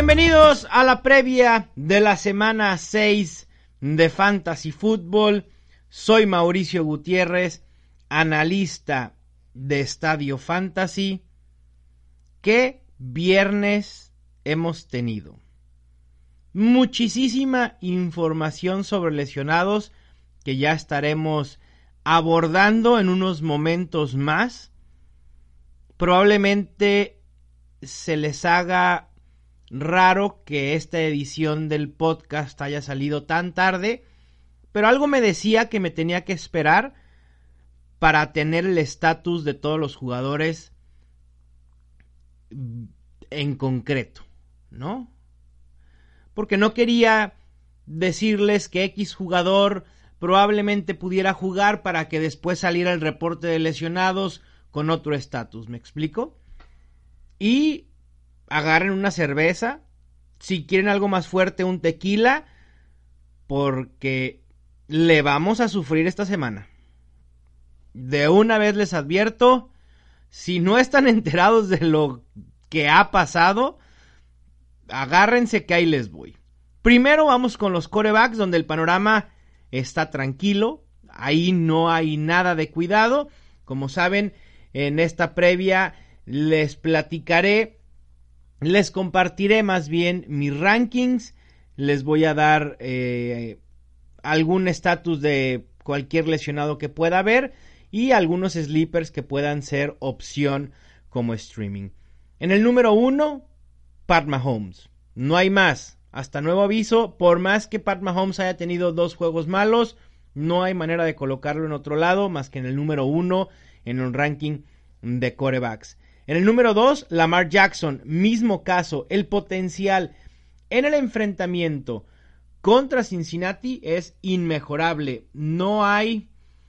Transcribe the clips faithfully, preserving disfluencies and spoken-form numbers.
Bienvenidos a la previa de la semana seis de Fantasy Football. Soy Mauricio Gutiérrez, analista de Estadio Fantasy. ¿Qué viernes hemos tenido? Muchísima información sobre lesionados que ya estaremos abordando en unos momentos más. Probablemente se les haga raro que esta edición del podcast haya salido tan tarde, pero algo me decía que me tenía que esperar para tener el estatus de todos los jugadores en concreto, ¿no? Porque no quería decirles que X jugador probablemente pudiera jugar para que después saliera el reporte de lesionados con otro estatus, ¿me explico? Y agarren una cerveza, si quieren algo más fuerte, un tequila, porque le vamos a sufrir esta semana. De una vez les advierto, si no están enterados de lo que ha pasado, agárrense que ahí les voy. Primero vamos con los quarterbacks, donde el panorama está tranquilo, ahí no hay nada de cuidado. Como saben, en esta previa les platicaré, les compartiré más bien mis rankings, les voy a dar eh, algún estatus de cualquier lesionado que pueda haber y algunos sleepers que puedan ser opción como streaming. En el número uno, Pat Mahomes. No hay más. Hasta nuevo aviso, por más que Pat Mahomes haya tenido dos juegos malos, no hay manera de colocarlo en otro lado más que en el número uno en un ranking de quarterbacks. En el número dos, Lamar Jackson, mismo caso, el potencial en el enfrentamiento contra Cincinnati es inmejorable. No hay...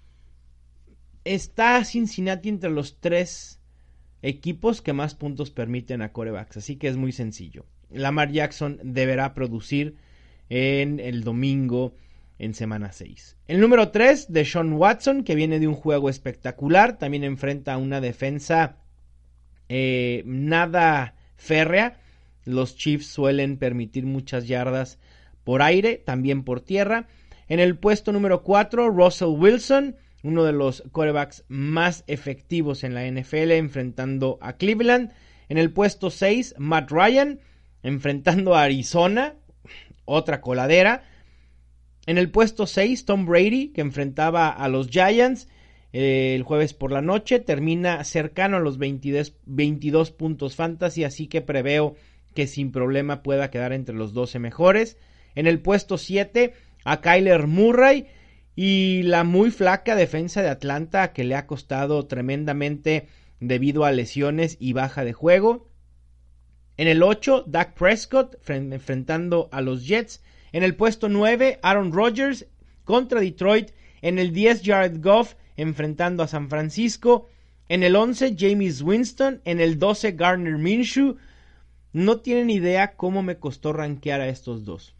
Está Cincinnati entre los tres equipos que más puntos permiten a quarterbacks, así que es muy sencillo. Lamar Jackson deberá producir en el domingo en semana seis. El número tres, Deshaun Watson, que viene de un juego espectacular, también enfrenta a una defensa eh, nada férrea. Los Chiefs suelen permitir muchas yardas por aire, también por tierra. En el puesto número cuatro, Russell Wilson, uno de los quarterbacks más efectivos en la N F L, enfrentando a Cleveland. En el puesto seis, Matt Ryan, enfrentando a Arizona, otra coladera. En el puesto seis, Tom Brady, que enfrentaba a los Giants eh, el jueves por la noche, termina cercano a los veintidós, veintidós puntos fantasy, así que preveo que sin problema pueda quedar entre los doce mejores. En el puesto siete, a Kyler Murray y la muy flaca defensa de Atlanta, que le ha costado tremendamente debido a lesiones y baja de juego. En el ocho, Dak Prescott enfrentando a los Jets. En el puesto nueve, Aaron Rodgers contra Detroit. En el diez, Jared Goff enfrentando a San Francisco. En el once, Jameis Winston. En el doce, Gardner Minshew. No tienen idea cómo me costó rankear a estos dos.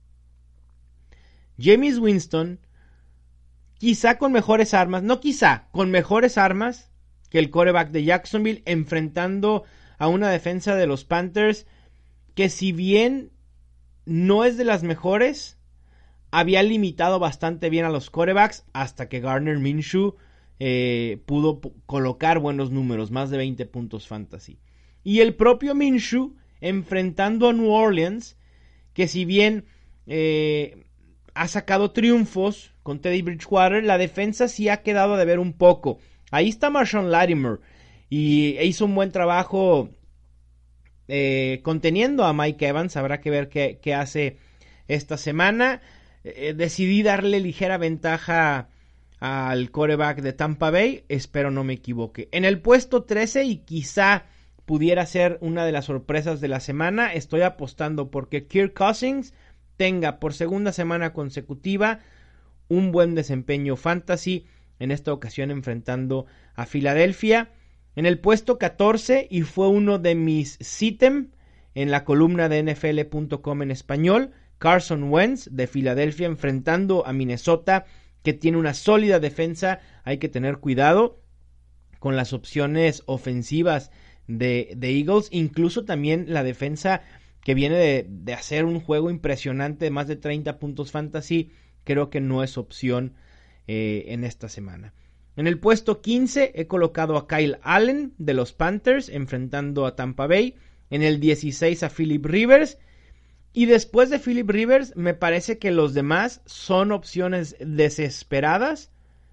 Jameis Winston, quizá con mejores armas, no quizá, con mejores armas que el quarterback de Jacksonville, enfrentando a una defensa de los Panthers que, si bien no es de las mejores, había limitado bastante bien a los quarterbacks hasta que Gardner Minshew eh, pudo p- colocar buenos números, más de veinte puntos fantasy. Y el propio Minshew enfrentando a New Orleans, que si bien eh, ha sacado triunfos con Teddy Bridgewater, la defensa sí ha quedado a deber un poco. Ahí está Marshawn Lattimore y hizo un buen trabajo eh, conteniendo a Mike Evans. Habrá que ver qué, qué hace esta semana. Eh, decidí darle ligera ventaja al quarterback de Tampa Bay, espero no me equivoque. En el puesto trece, y quizá pudiera ser una de las sorpresas de la semana, estoy apostando porque Kirk Cousins tenga por segunda semana consecutiva un buen desempeño fantasy, en esta ocasión enfrentando a Filadelfia. En el puesto catorce, y fue uno de mis sitem en la columna de N F L punto com en español, Carson Wentz de Filadelfia enfrentando a Minnesota, que tiene una sólida defensa. Hay que tener cuidado con las opciones ofensivas de, de Eagles, incluso también la defensa que viene de, de hacer un juego impresionante de más de treinta puntos fantasy, creo que no es opción eh, en esta semana. En el puesto quince he colocado a Kyle Allen de los Panthers enfrentando a Tampa Bay. En el dieciséis a Philip Rivers. Y después de Philip Rivers me parece que los demás son opciones desesperadas.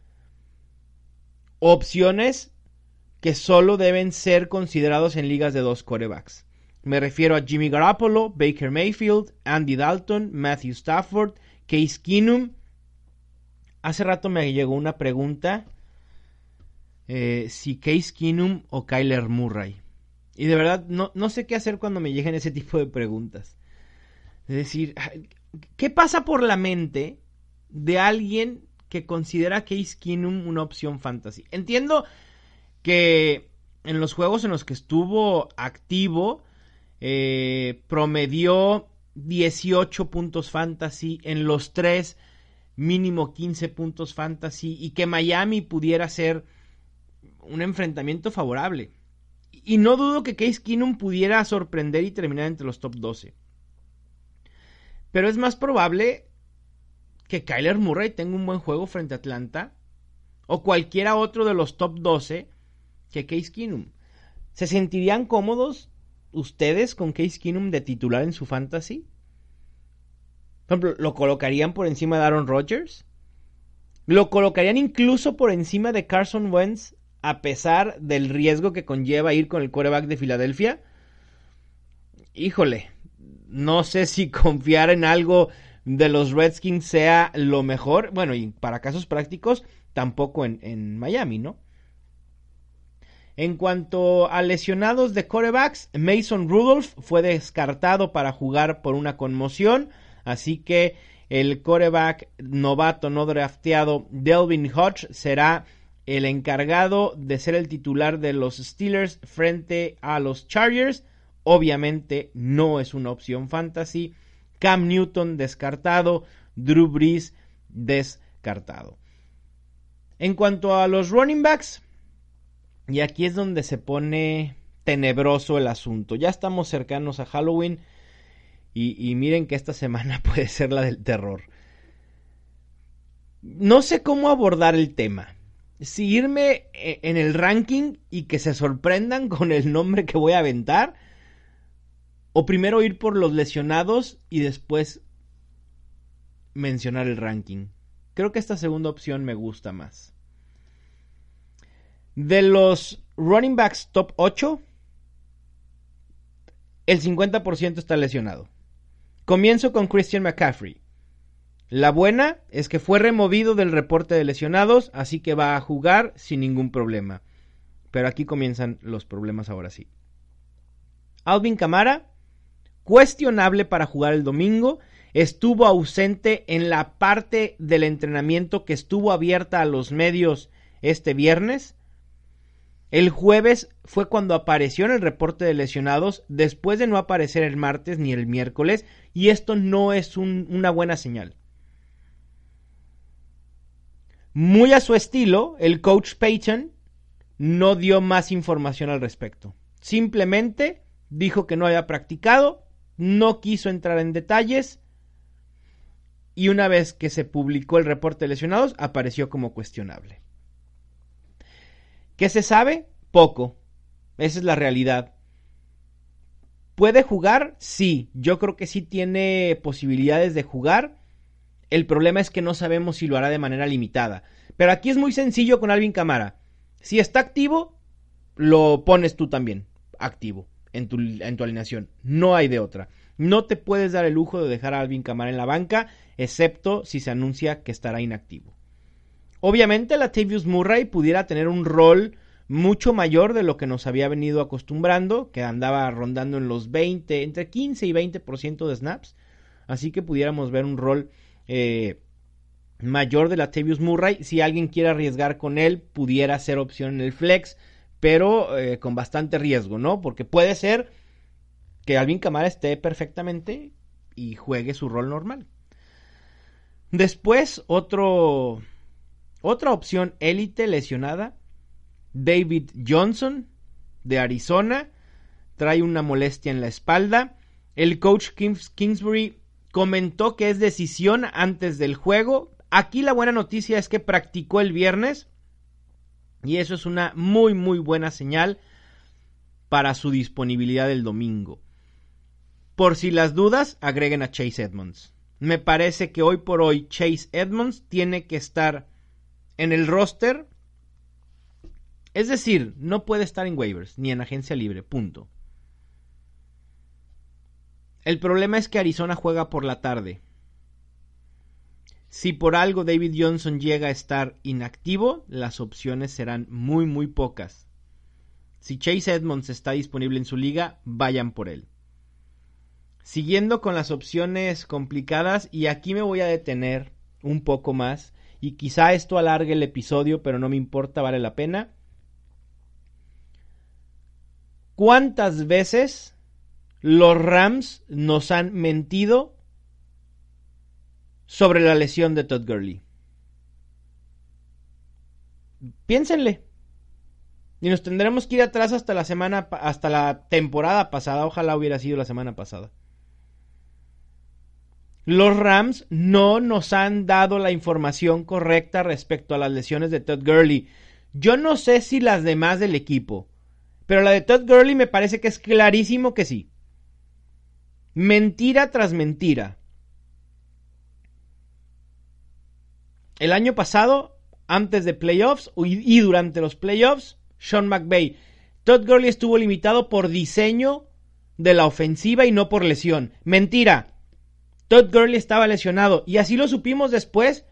Opciones que solo deben ser considerados en ligas de dos quarterbacks. Me refiero a Jimmy Garoppolo, Baker Mayfield, Andy Dalton, Matthew Stafford, Case Keenum. Hace rato me llegó una pregunta. Eh, si Case Keenum o Kyler Murray. Y de verdad no, no sé qué hacer cuando me lleguen ese tipo de preguntas. Es decir, ¿qué pasa por la mente de alguien que considera a Case Keenum una opción fantasy? Entiendo que en los juegos en los que estuvo activo eh, promedió dieciocho puntos fantasy, en los tres mínimo quince puntos fantasy, y que Miami pudiera ser un enfrentamiento favorable. Y no dudo que Case Keenum pudiera sorprender y terminar entre los top doce. Pero es más probable que Kyler Murray tenga un buen juego frente a Atlanta o cualquiera otro de los top doce que Case Keenum. ¿Se sentirían cómodos ustedes con Case Keenum de titular en su fantasy? Por ejemplo, ¿lo colocarían por encima de Aaron Rodgers? ¿Lo colocarían incluso por encima de Carson Wentz a pesar del riesgo que conlleva ir con el quarterback de Filadelfia? Híjole, no sé si confiar en algo de los Redskins sea lo mejor. Bueno, y para casos prácticos, tampoco en, en Miami, ¿no? En cuanto a lesionados de quarterbacks, Mason Rudolph fue descartado para jugar por una conmoción, así que el quarterback novato no drafteado Delvin Hodge será el encargado de ser el titular de los Steelers frente a los Chargers. Obviamente no es una opción fantasy. Cam Newton descartado, Drew Brees descartado. En cuanto a los running backs, y aquí es donde se pone tenebroso el asunto. Ya estamos cercanos a Halloween y, y miren que esta semana puede ser la del terror. No sé cómo abordar el tema. Si irme en el ranking y que se sorprendan con el nombre que voy a aventar, o primero ir por los lesionados y después mencionar el ranking. Creo que esta segunda opción me gusta más. De los running backs top ocho, el cincuenta por ciento está lesionado. Comienzo con Christian McCaffrey. La buena es que fue removido del reporte de lesionados, así que va a jugar sin ningún problema. Pero aquí comienzan los problemas ahora sí. Alvin Kamara, cuestionable para jugar el domingo, estuvo ausente en la parte del entrenamiento que estuvo abierta a los medios este viernes. El jueves fue cuando apareció en el reporte de lesionados, después de no aparecer el martes ni el miércoles, y esto no es un, una buena señal. Muy a su estilo, el coach Payton no dio más información al respecto. Simplemente dijo que no había practicado, no quiso entrar en detalles, y una vez que se publicó el reporte de lesionados, apareció como cuestionable. ¿Qué se sabe? Poco. Esa es la realidad. ¿Puede jugar? Sí. Yo creo que sí tiene posibilidades de jugar. El problema es que no sabemos si lo hará de manera limitada. Pero aquí es muy sencillo con Alvin Kamara. Si está activo, lo pones tú también activo en tu, en tu alineación. No hay de otra. No te puedes dar el lujo de dejar a Alvin Kamara en la banca, excepto si se anuncia que estará inactivo. Obviamente Latavius Murray pudiera tener un rol mucho mayor de lo que nos había venido acostumbrando, que andaba rondando en los veinte, entre quince y veinte por ciento de snaps, así que pudiéramos ver un rol eh, mayor de Latavius Murray. Si alguien quiere arriesgar con él, pudiera ser opción en el flex, pero eh, con bastante riesgo, ¿no? Porque puede ser que Alvin Kamara esté perfectamente y juegue su rol normal. Después, otro... Otra opción élite lesionada, David Johnson de Arizona, trae una molestia en la espalda. El coach Kings- Kingsbury comentó que es decisión antes del juego. Aquí la buena noticia es que practicó el viernes y eso es una muy muy buena señal para su disponibilidad el domingo. Por si las dudas, agreguen a Chase Edmonds. Me parece que hoy por hoy Chase Edmonds tiene que estar en el roster. Es decir, no puede estar en waivers ni en agencia libre, punto. El problema es que Arizona juega por la tarde. Si por algo David Johnson llega a estar inactivo, las opciones serán muy muy pocas. Si Chase Edmonds está disponible en su liga, vayan por él. Siguiendo con las opciones complicadas, y aquí me voy a detener un poco más, y quizá esto alargue el episodio, pero no me importa, vale la pena. ¿Cuántas veces los Rams nos han mentido sobre la lesión de Todd Gurley? Piénsenle. Y nos tendremos que ir atrás hasta la semana, hasta la temporada pasada. Ojalá hubiera sido la semana pasada. Los Rams no nos han dado la información correcta respecto a las lesiones de Todd Gurley. Yo no sé si las demás del equipo, pero la de Todd Gurley me parece que es clarísimo que sí. Mentira tras mentira. El año pasado, antes de playoffs y durante los playoffs, Sean McVay, Todd Gurley estuvo limitado por diseño de la ofensiva y no por lesión. Mentira. Todd Gurley estaba lesionado y así lo supimos después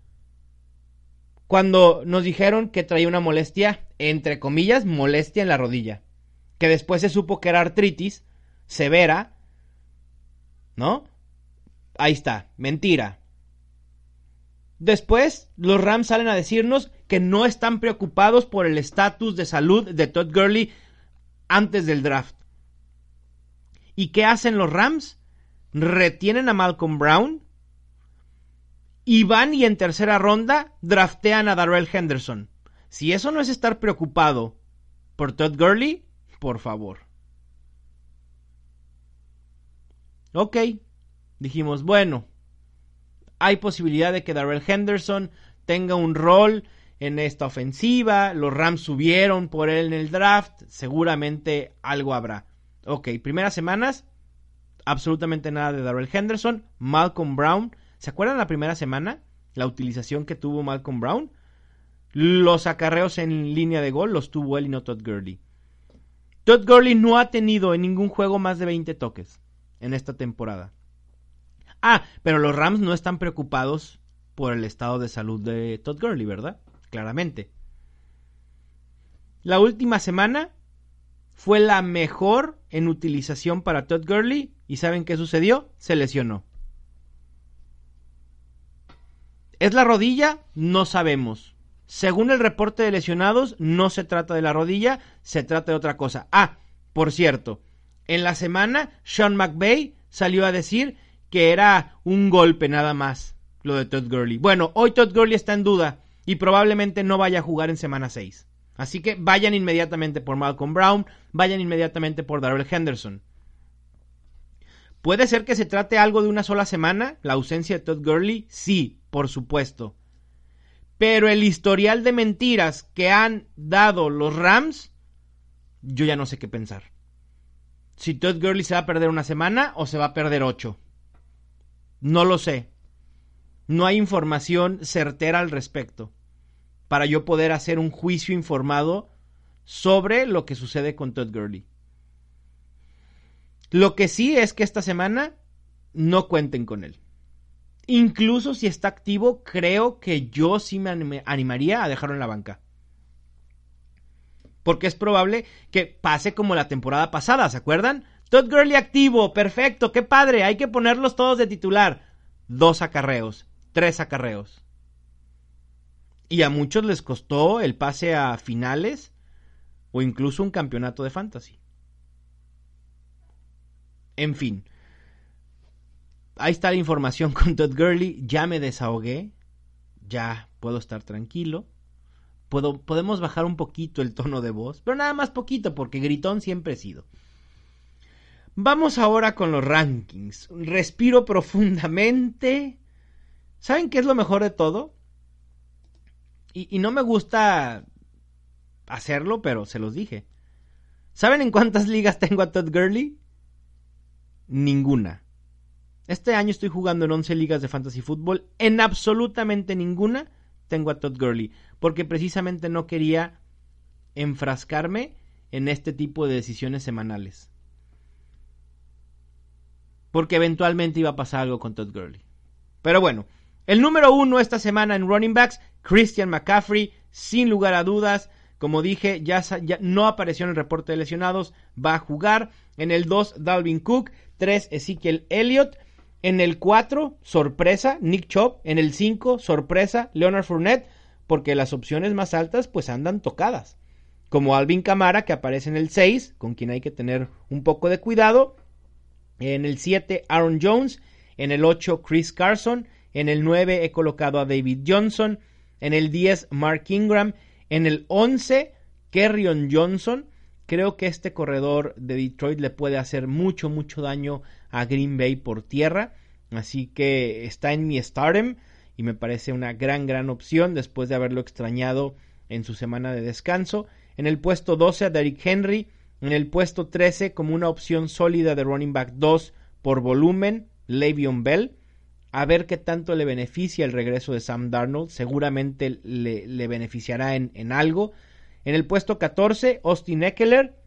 cuando nos dijeron que traía una molestia, entre comillas, molestia en la rodilla, que después se supo que era artritis severa, ¿no? Ahí está, mentira. Después los Rams salen a decirnos que no están preocupados por el estatus de salud de Todd Gurley antes del draft. ¿Y qué hacen los Rams? Retienen a Malcolm Brown y van y en tercera ronda draftean a Darrell Henderson. Si eso no es estar preocupado por Todd Gurley, por favor. Ok, dijimos, bueno, hay posibilidad de que Darrell Henderson tenga un rol en esta ofensiva. Los Rams subieron por él en el draft, seguramente algo habrá. Ok, primeras semanas, absolutamente nada de Darrell Henderson. Malcolm Brown, ¿se acuerdan la primera semana? La utilización que tuvo Malcolm Brown. Los acarreos en línea de gol los tuvo él y no Todd Gurley. Todd Gurley no ha tenido en ningún juego más de veinte toques en esta temporada. Ah, pero los Rams no están preocupados por el estado de salud de Todd Gurley, ¿verdad? Claramente. La última semana fue la mejor en utilización para Todd Gurley. ¿Y saben qué sucedió? Se lesionó. ¿Es la rodilla? No sabemos. Según el reporte de lesionados, no se trata de la rodilla, se trata de otra cosa. Ah, por cierto, en la semana, Sean McVay salió a decir que era un golpe nada más, lo de Todd Gurley. Bueno, hoy Todd Gurley está en duda y probablemente no vaya a jugar en semana seis. Así que vayan inmediatamente por Malcolm Brown, vayan inmediatamente por Darrell Henderson. ¿Puede ser que se trate algo de una sola semana, la ausencia de Todd Gurley? Sí, por supuesto. Pero el historial de mentiras que han dado los Rams, yo ya no sé qué pensar. Si Todd Gurley se va a perder una semana o se va a perder ocho. No lo sé. No hay información certera al respecto para yo poder hacer un juicio informado sobre lo que sucede con Todd Gurley. Lo que sí es que esta semana no cuenten con él. Incluso si está activo, creo que yo sí me animaría a dejarlo en la banca. Porque es probable que pase como la temporada pasada, ¿se acuerdan? Todd Gurley activo, perfecto, qué padre, hay que ponerlos todos de titular. Dos acarreos, tres acarreos. Y a muchos les costó el pase a finales o incluso un campeonato de fantasy. En fin. Ahí está la información con Todd Gurley. Ya me desahogué. Ya puedo estar tranquilo. Puedo, podemos bajar un poquito el tono de voz. Pero nada más poquito porque gritón siempre he sido. Vamos ahora con los rankings. Respiro profundamente. ¿Saben qué es lo mejor de todo? Y, y no me gusta hacerlo, pero se los dije. ¿Saben en cuántas ligas tengo a Todd Gurley? Ninguna. Este año estoy jugando en once ligas de fantasy fútbol. En absolutamente ninguna tengo a Todd Gurley. Porque precisamente no quería enfrascarme en este tipo de decisiones semanales. Porque eventualmente iba a pasar algo con Todd Gurley. Pero bueno, el número uno esta semana en running backs, Christian McCaffrey, sin lugar a dudas. Como dije, ya, ya no apareció en el reporte de lesionados, va a jugar. En el dos, Dalvin Cook. tres, Ezekiel Elliott. En el cuatro, sorpresa, Nick Chubb. En el cinco, sorpresa, Leonard Fournette. Porque las opciones más altas pues andan tocadas. Como Alvin Kamara, que aparece en el seis, con quien hay que tener un poco de cuidado. En el siete, Aaron Jones. En el ocho, Chris Carson. En el nueve he colocado a David Johnson. En el diez, Mark Ingram. En el once, Kerryon Johnson. Creo que este corredor de Detroit le puede hacer mucho, mucho daño a Green Bay por tierra. Así que está en mi stardom y me parece una gran, gran opción después de haberlo extrañado en su semana de descanso. En el puesto doce a Derrick Henry. En el puesto trece, como una opción sólida de running back dos por volumen, Le'Veon Bell. A ver qué tanto le beneficia el regreso de Sam Darnold. Seguramente le, le beneficiará en, en algo. En el puesto catorce, Austin Ekeler.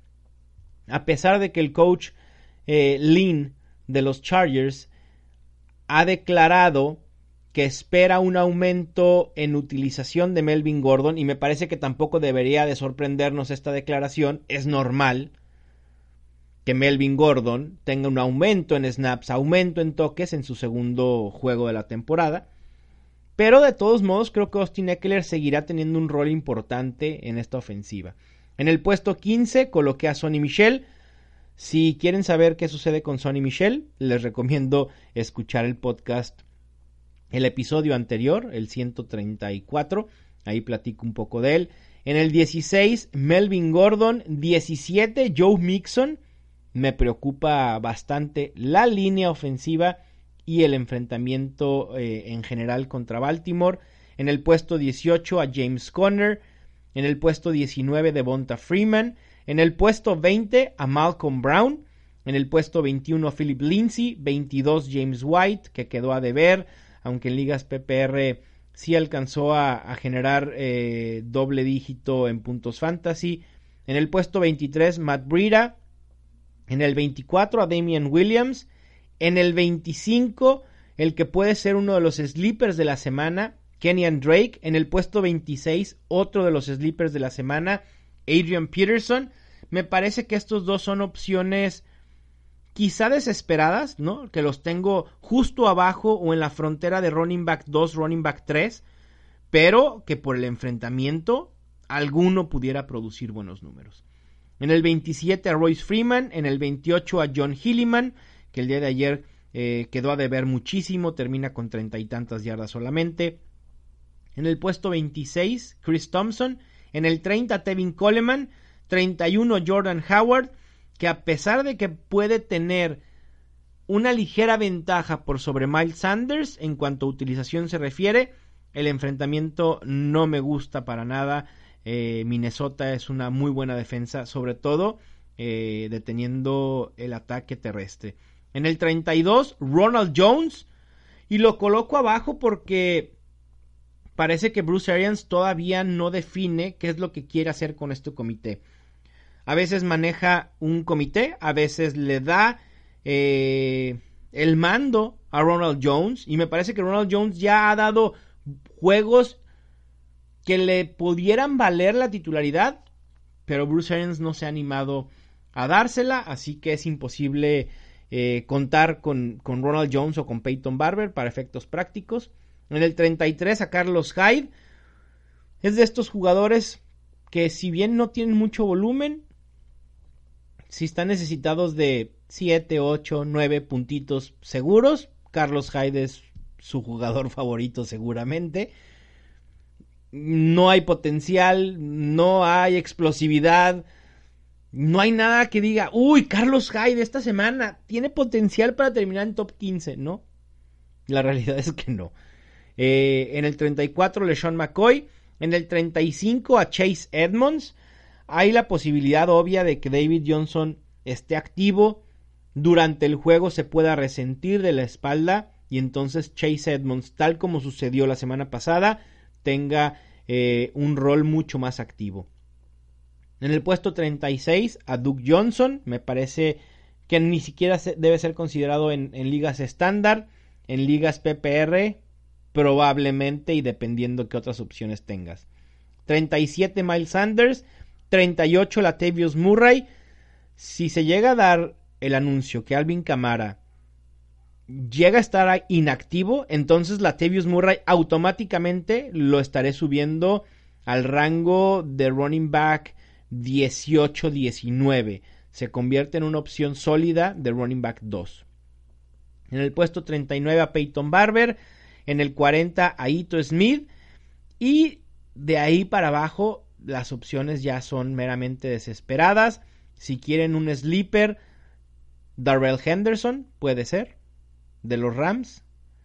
A pesar de que el coach eh, Lynn de los Chargers ha declarado que espera un aumento en utilización de Melvin Gordon, y me parece que tampoco debería de sorprendernos esta declaración. Es normal que Melvin Gordon tenga un aumento en snaps, aumento en toques en su segundo juego de la temporada. Pero de todos modos creo que Austin Ekeler seguirá teniendo un rol importante en esta ofensiva. En el puesto quince coloqué a Sonny Michel. Si quieren saber qué sucede con Sonny Michel, les recomiendo escuchar el podcast, el episodio anterior, el ciento treinta y cuatro. Ahí platico un poco de él. En el dieciséis, Melvin Gordon. diecisiete, Joe Mixon. Me preocupa bastante la línea ofensiva y el enfrentamiento eh, en general contra Baltimore. En el puesto dieciocho a James Conner. En el puesto diecinueve Devonta Freeman. En el puesto veinte a Malcolm Brown. En el puesto veintiuno a Philip Lindsay. veintidós James White, que quedó a deber, aunque en ligas P P R sí alcanzó a, a generar eh, doble dígito en puntos fantasy. En el puesto veintitrés Matt Breida. En el veinticuatro a Damian Williams. En el veinticinco, el que puede ser uno de los sleepers de la semana, Kenyan Drake. En el puesto veintiséis, otro de los sleepers de la semana, Adrian Peterson. Me parece que estos dos son opciones quizá desesperadas, ¿no? Que los tengo justo abajo o en la frontera de running back dos, running back tres, pero que por el enfrentamiento alguno pudiera producir buenos números. En el veintisiete a Royce Freeman. En el veintiocho a John Hilliman, que el día de ayer eh, quedó a deber muchísimo, termina con treinta y tantas yardas solamente. En el puesto veintiséis, Chris Thompson. En el treinta, Tevin Coleman. treinta y uno, Jordan Howard, que a pesar de que puede tener una ligera ventaja por sobre Miles Sanders en cuanto a utilización se refiere, el enfrentamiento no me gusta para nada. eh, Minnesota es una muy buena defensa, sobre todo eh, deteniendo el ataque terrestre. En el treinta y dos, Ronald Jones, y lo coloco abajo porque parece que Bruce Arians todavía no define qué es lo que quiere hacer con este comité. A veces maneja un comité, a veces le da eh, el mando a Ronald Jones, y me parece que Ronald Jones ya ha dado juegos que le pudieran valer la titularidad, pero Bruce Arians no se ha animado a dársela, así que es imposible eh, contar con, con Ronald Jones o con Peyton Barber para efectos prácticos. En el treinta y tres a Carlos Hyde. Es de estos jugadores que, si bien no tienen mucho volumen, si están necesitados de siete, ocho, nueve puntitos seguros, Carlos Hyde es su jugador favorito seguramente. No hay potencial, no hay explosividad, No hay nada que diga, uy, Carlos Hyde esta semana tiene potencial para terminar en top quince, ¿no? La realidad es que no. Eh, en el treinta y cuatro, LeSean McCoy. En el treinta y cinco, a Chase Edmonds. Hay la posibilidad obvia de que David Johnson esté activo. Durante el juego se pueda resentir de la espalda. Y entonces Chase Edmonds, tal como sucedió la semana pasada, tenga eh, un rol mucho más activo. En el puesto treinta y seis, a Duke Johnson. Me parece que ni siquiera debe ser considerado en, en ligas estándar. En ligas P P R, probablemente, y dependiendo qué otras opciones tengas. treinta y siete, Miles Sanders. treinta y ocho, Latavius Murray. Si se llega a dar el anuncio que Alvin Kamara llega a estar inactivo, entonces Latavius Murray automáticamente lo estaré subiendo al rango de running back dieciocho diecinueve. Se convierte en una opción sólida de running back dos. En el puesto treinta y nueve, a Peyton Barber. En el cuarenta, a Ito Smith. Y de ahí para abajo las opciones ya son meramente desesperadas. Si quieren un sleeper, Darrell Henderson puede ser, de los Rams,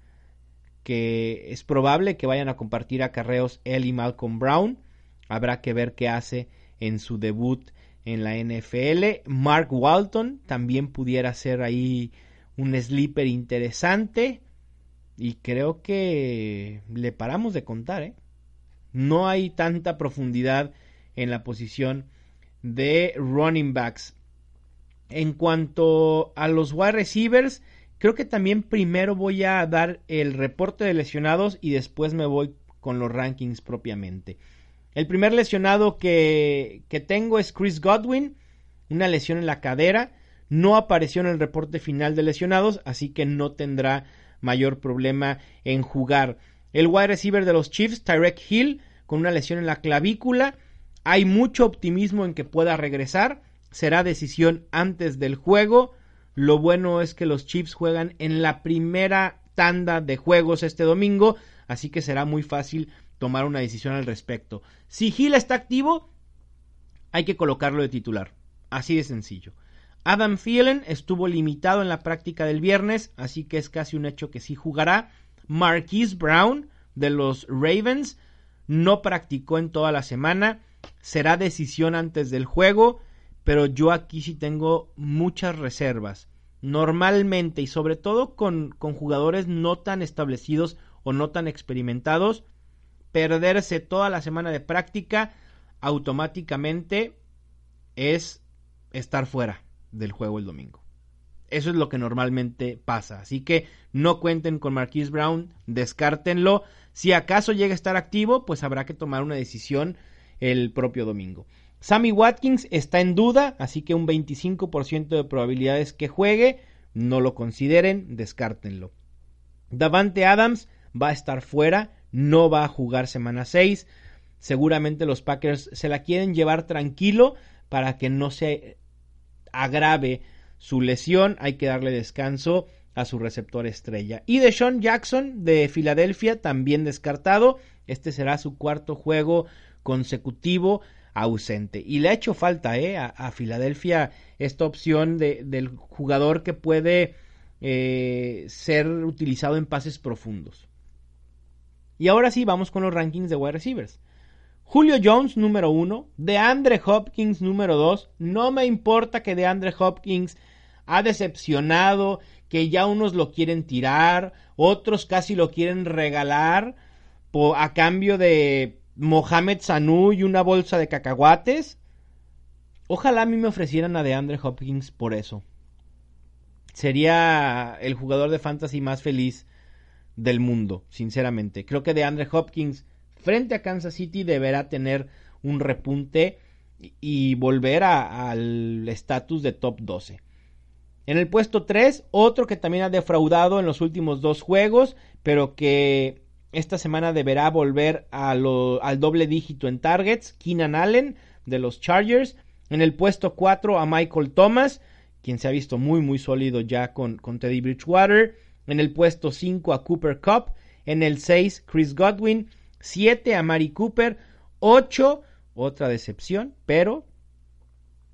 que es probable que vayan a compartir acarreos él y Malcolm Brown. Habrá que ver qué hace en su debut en la N F L. Mark Walton también pudiera ser ahí un sleeper interesante. Y creo que le paramos de contar, ¿eh? No hay tanta profundidad en la posición de running backs. En cuanto a los wide receivers, creo que también primero voy a dar el reporte de lesionados y después me voy con los rankings propiamente. El primer lesionado que, que tengo es Chris Godwin, una lesión en la cadera. No apareció en el reporte final de lesionados, así que no tendrá mayor problema en jugar. El wide receiver de los Chiefs, Tyreek Hill, con una lesión en la clavícula. Hay mucho optimismo en que pueda regresar. Será decisión antes del juego. Lo bueno es que los Chiefs juegan en la primera tanda de juegos este domingo, así que será muy fácil tomar una decisión al respecto. Si Hill está activo, hay que colocarlo de titular. Así de sencillo. Adam Thielen estuvo limitado en la práctica del viernes, así que es casi un hecho que sí jugará. Marquise Brown de los Ravens no practicó en toda la semana. Será decisión antes del juego, pero yo aquí sí tengo muchas reservas. Normalmente, y sobre todo con, con jugadores no tan establecidos o no tan experimentados, perderse toda la semana de práctica automáticamente es estar fuera del juego el domingo. Eso es lo que normalmente pasa. Así que no cuenten con Marquise Brown, descártenlo. Si acaso llega a estar activo, pues habrá que tomar una decisión el propio domingo. Sammy Watkins está en duda, así que un veinticinco por ciento de probabilidades que juegue. No lo consideren, descártenlo. Davante Adams va a estar fuera, no va a jugar semana seis. Seguramente los Packers se la quieren llevar tranquilo para que no se agrave su lesión. Hay que darle descanso a su receptor estrella. Y DeSean Jackson de Filadelfia también descartado. Este será su cuarto juego consecutivo ausente. Y le ha hecho falta eh, a, a Filadelfia esta opción de, del jugador que puede eh, ser utilizado en pases profundos. Y ahora sí, vamos con los rankings de wide receivers. Julio Jones, número uno. DeAndre Hopkins, número dos. No me importa que DeAndre Hopkins ha decepcionado, que ya unos lo quieren tirar, otros casi lo quieren regalar po- a cambio de Mohamed Sanu y una bolsa de cacahuates. Ojalá a mí me ofrecieran a DeAndre Hopkins por eso. Sería el jugador de fantasy más feliz del mundo, sinceramente. Creo que DeAndre Hopkins frente a Kansas City deberá tener un repunte y volver a, al estatus de top doce. En el puesto tres, otro que también ha defraudado en los últimos dos juegos, pero que esta semana deberá volver a lo, al doble dígito en targets, Keenan Allen de los Chargers. En el puesto cuatro, a Michael Thomas, quien se ha visto muy muy sólido ya con, con Teddy Bridgewater. En el puesto cinco, a Cooper Kupp. En el seis, Chris Godwin. siete, a Mari Cooper. ocho, otra decepción, pero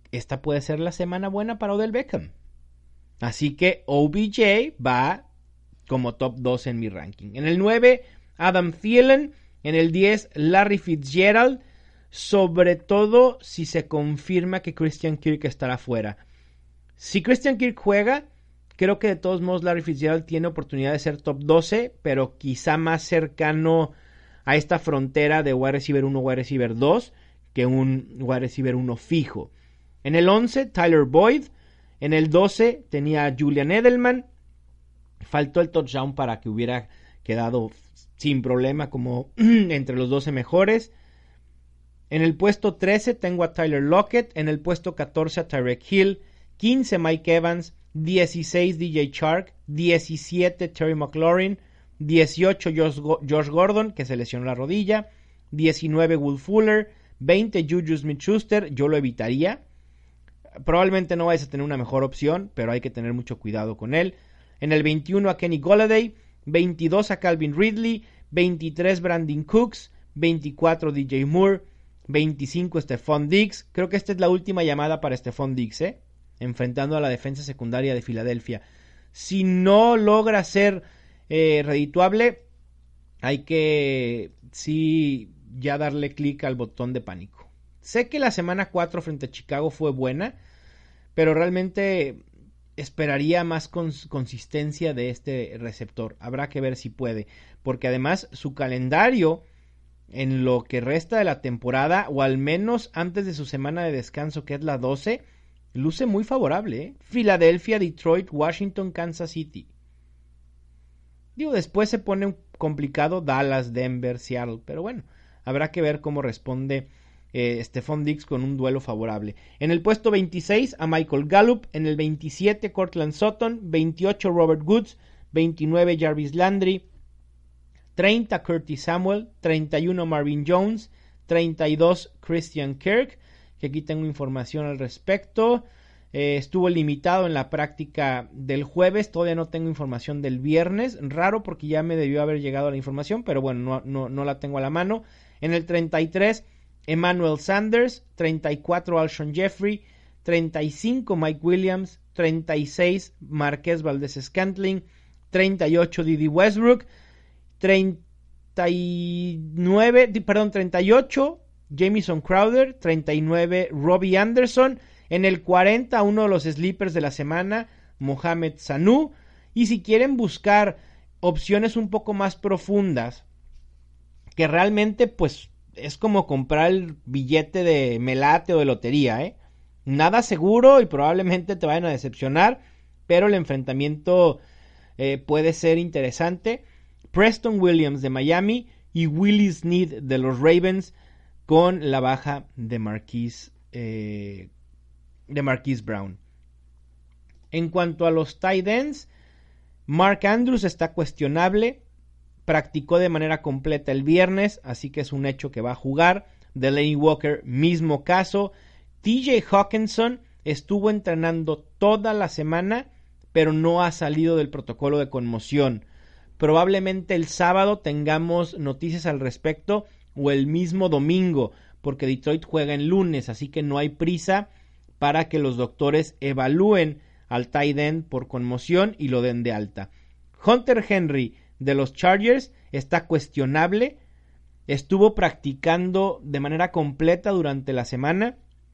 esta puede ser la semana buena para Odell Beckham. Así que O B J va como top dos en mi ranking. En el nueve, Adam Thielen. En el diez, Larry Fitzgerald. Sobre todo si se confirma que Christian Kirk estará fuera. Si Christian Kirk juega, creo que de todos modos Larry Fitzgerald tiene oportunidad de ser top doce, pero quizá más cercano a esta frontera de wide receiver uno, wide receiver dos, que un wide receiver uno fijo. En el once, Tyler Boyd. En el doce tenía a Julian Edelman. Faltó el touchdown para que hubiera quedado sin problema como entre los doce mejores. En el puesto trece tengo a Tyler Lockett. En el puesto catorce a Tyreek Hill. quince Mike Evans. dieciséis D J Chark. diecisiete Terry McLaurin. dieciocho Josh, Josh Gordon, que se lesionó la rodilla. diecinueve Will Fuller. veinte Juju Smith-Schuster. Yo lo evitaría. Probablemente no vayas a tener una mejor opción, pero hay que tener mucho cuidado con él. En el veintiuno a Kenny Golladay. veintidós a Calvin Ridley. veintitrés Brandon Cooks. veinticuatro D J Moore. veinticinco Stephon Diggs. Creo que esta es la última llamada para Stephon Diggs, ¿eh? Enfrentando a la defensa secundaria de Filadelfia. Si no logra ser eh, redituable, hay que sí ya darle clic al botón de pánico. Sé que la semana cuatro frente a Chicago fue buena, pero realmente esperaría más cons- consistencia de este receptor. Habrá que ver si puede, porque además su calendario en lo que resta de la temporada, o al menos antes de su semana de descanso, que es la doce, luce muy favorable, ¿eh? Filadelfia, Detroit, Washington, Kansas City. Digo, después se pone complicado Dallas, Denver, Seattle, pero bueno, habrá que ver cómo responde eh, Stephon Diggs con un duelo favorable. En el puesto veintiséis a Michael Gallup. En el veintisiete Cortland Sutton. veintiocho Robert Woods. veintinueve Jarvis Landry. treinta Curtis Samuel. treinta y uno Marvin Jones. treinta y dos Christian Kirk, que aquí tengo información al respecto. Eh, estuvo limitado en la práctica del jueves. Todavía no tengo información del viernes. Raro porque ya me debió haber llegado la información, pero bueno, no, no, no la tengo a la mano. En el treinta y tres Emmanuel Sanders. treinta y cuatro Alshon Jeffrey. treinta y cinco Mike Williams. treinta y seis Marquez Valdez-Scantling. treinta y ocho Dede Westbrook. treinta y nueve, perdón, treinta y ocho Jamison Crowder. treinta y nueve Robbie Anderson. En el cuarenta, uno de los sleepers de la semana, Mohamed Sanu. Y si quieren buscar opciones un poco más profundas, que realmente pues es como comprar el billete de melate o de lotería, ¿eh? Nada seguro y probablemente te vayan a decepcionar, pero el enfrentamiento eh, puede ser interesante. Preston Williams de Miami y Willie Snead de los Ravens, con la baja de Marquise, eh, de Marquise Brown. En cuanto a los tight ends, Mark Andrews está cuestionable. Practicó de manera completa el viernes, así que es un hecho que va a jugar. Delaney Walker, mismo caso. T J Hawkinson estuvo entrenando toda la semana, pero no ha salido del protocolo de conmoción. Probablemente el sábado tengamos noticias al respecto, o el mismo domingo, porque Detroit juega en lunes, así que no hay prisa para que los doctores evalúen al tight end por conmoción y lo den de alta. Hunter Henry de los Chargers está cuestionable. Estuvo practicando de manera completa durante la semana,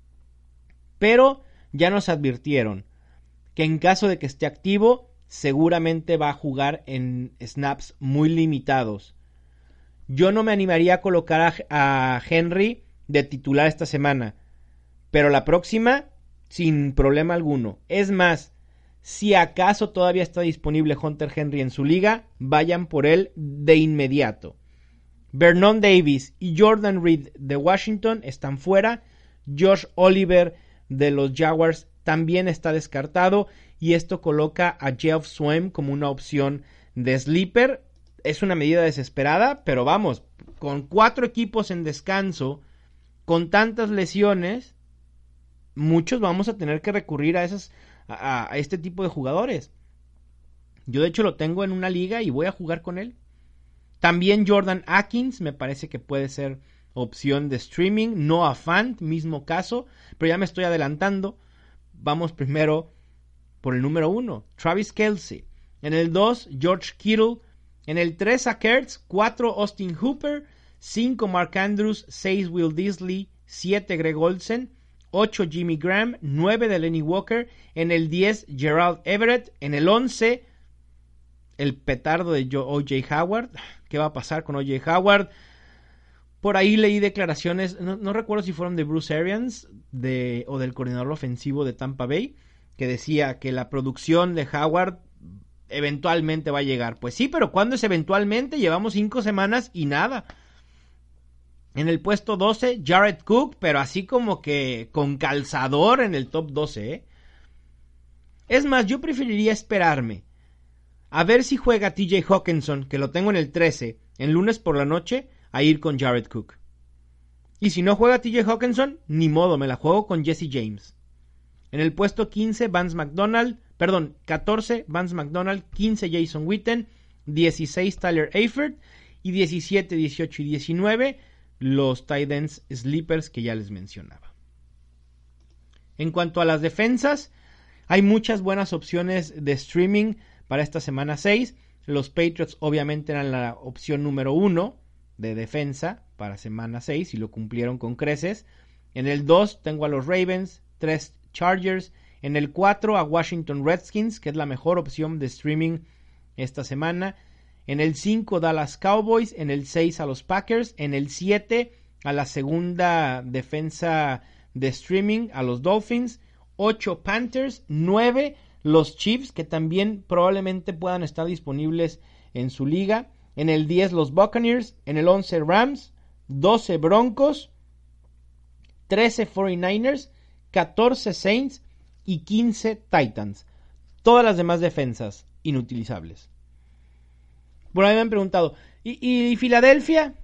pero ya nos advirtieron que en caso de que esté activo, seguramente va a jugar en snaps muy limitados. Yo no me animaría a colocar a, a Henry de titular esta semana, pero la próxima sin problema alguno. Es más, si acaso todavía está disponible Hunter Henry en su liga, vayan por él de inmediato. Vernon Davis y Jordan Reed de Washington están fuera. Josh Oliver de los Jaguars también está descartado, y esto coloca a Jeff Swaim como una opción de sleeper. Es una medida desesperada, pero vamos, con cuatro equipos en descanso, con tantas lesiones, muchos vamos a tener que recurrir a esas a, a este tipo de jugadores. Yo de hecho lo tengo en una liga y voy a jugar con él. También Jordan Akins me parece que puede ser opción de streaming. Noah Fant, mismo caso, pero ya me estoy adelantando. Vamos primero por el número uno, Travis Kelce. En el dos, George Kittle. En el tres, Zach Ertz. cuatro, Austin Hooper. cinco, Mark Andrews. seis, Will Disley. siete, Greg Olsen. ocho, Jimmy Graham. nueve, Delaney Walker. En el diez, Gerald Everett. En el once, el petardo de O J Howard. ¿Qué va a pasar con O J Howard? Por ahí leí declaraciones, no, no recuerdo si fueron de Bruce Arians de, o del coordinador ofensivo de Tampa Bay, que decía que la producción de Howard eventualmente va a llegar. Pues sí, pero ¿cuándo es eventualmente? Llevamos cinco semanas y nada. En el puesto doce, Jared Cook, pero así como que con calzador en el top doce, ¿eh? Es más, yo preferiría esperarme a ver si juega T J Hawkinson, que lo tengo en el trece, en lunes por la noche, a ir con Jared Cook. Y si no juega T J Hawkinson, ni modo, me la juego con Jesse James. En el puesto quince, Vance McDonald, perdón, catorce, Vance McDonald, quince, Jason Witten, dieciséis, Tyler Eifert, y diecisiete, dieciocho y diecinueve, los tight ends sleepers que ya les mencionaba. En cuanto a las defensas, hay muchas buenas opciones de streaming para esta semana seis. Los Patriots obviamente eran la opción número uno de defensa para semana seis y lo cumplieron con creces. En el dos tengo a los Ravens, tres Chargers. En el cuatro a Washington Redskins, que es la mejor opción de streaming esta semana. En el cinco Dallas Cowboys. En el seis a los Packers. En el siete a la segunda defensa de streaming, a los Dolphins. ocho Panthers. nueve los Chiefs, que también probablemente puedan estar disponibles en su liga. En el diez los Buccaneers. En el once Rams. doce Broncos. trece cuarenta y nueve ers. catorce Saints. Y quince Titans. Todas las demás defensas inutilizables. Bueno, a mí me han preguntado, ¿y, y Filadelfia?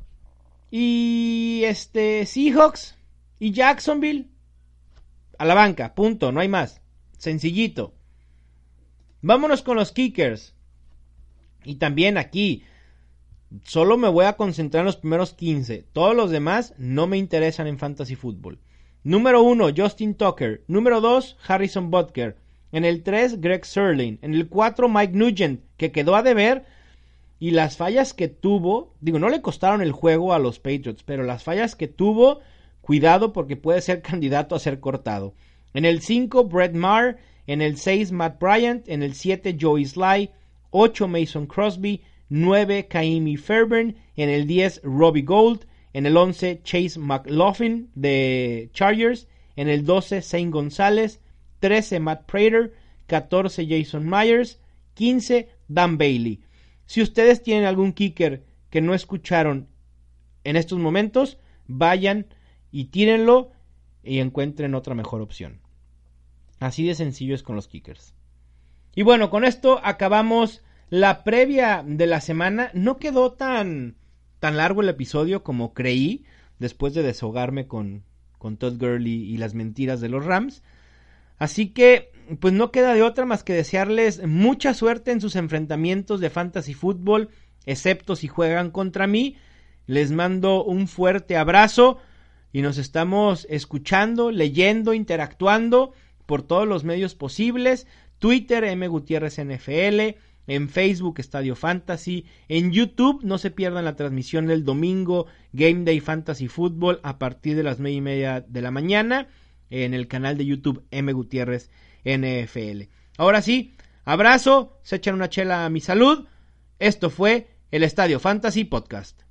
¿Y este Seahawks? ¿Y Jacksonville? A la banca, punto, no hay más. Sencillito. Vámonos con los kickers. Y también aquí, solo me voy a concentrar en los primeros quince. Todos los demás no me interesan en Fantasy Football. Número uno, Justin Tucker. Número dos, Harrison Butker. En el tres, Greg Sirlein. En el cuatro, Mike Nugent, que quedó a deber. Y las fallas que tuvo, digo, no le costaron el juego a los Patriots, pero las fallas que tuvo, cuidado porque puede ser candidato a ser cortado. En el cinco, Brett Maher. En el seis, Matt Bryant. En el siete, Joey Sly. ocho, Mason Crosby. nueve, Kaimi Fairbairn. En el diez, Robbie Gould. En el once, Chase McLaughlin de Chargers. En el doce, Zane González. trece, Matt Prater. catorce, Jason Myers. quince, Dan Bailey. Si ustedes tienen algún kicker que no escucharon en estos momentos, vayan y tírenlo y encuentren otra mejor opción. Así de sencillo es con los kickers. Y bueno, con esto acabamos la previa de la semana. No quedó tan... tan largo el episodio como creí, después de desahogarme con, con Todd Gurley y las mentiras de los Rams. Así que, pues no queda de otra más que desearles mucha suerte en sus enfrentamientos de Fantasy Football, excepto si juegan contra mí. Les mando un fuerte abrazo y nos estamos escuchando, leyendo, interactuando por todos los medios posibles. Twitter, M. Gutiérrez N F L, en Facebook Estadio Fantasy, en YouTube no se pierdan la transmisión del domingo Game Day Fantasy Football a partir de las nueve y media de la mañana en el canal de YouTube M. Gutiérrez N F L. Ahora sí, abrazo, se echan una chela a mi salud. Esto fue el Estadio Fantasy Podcast.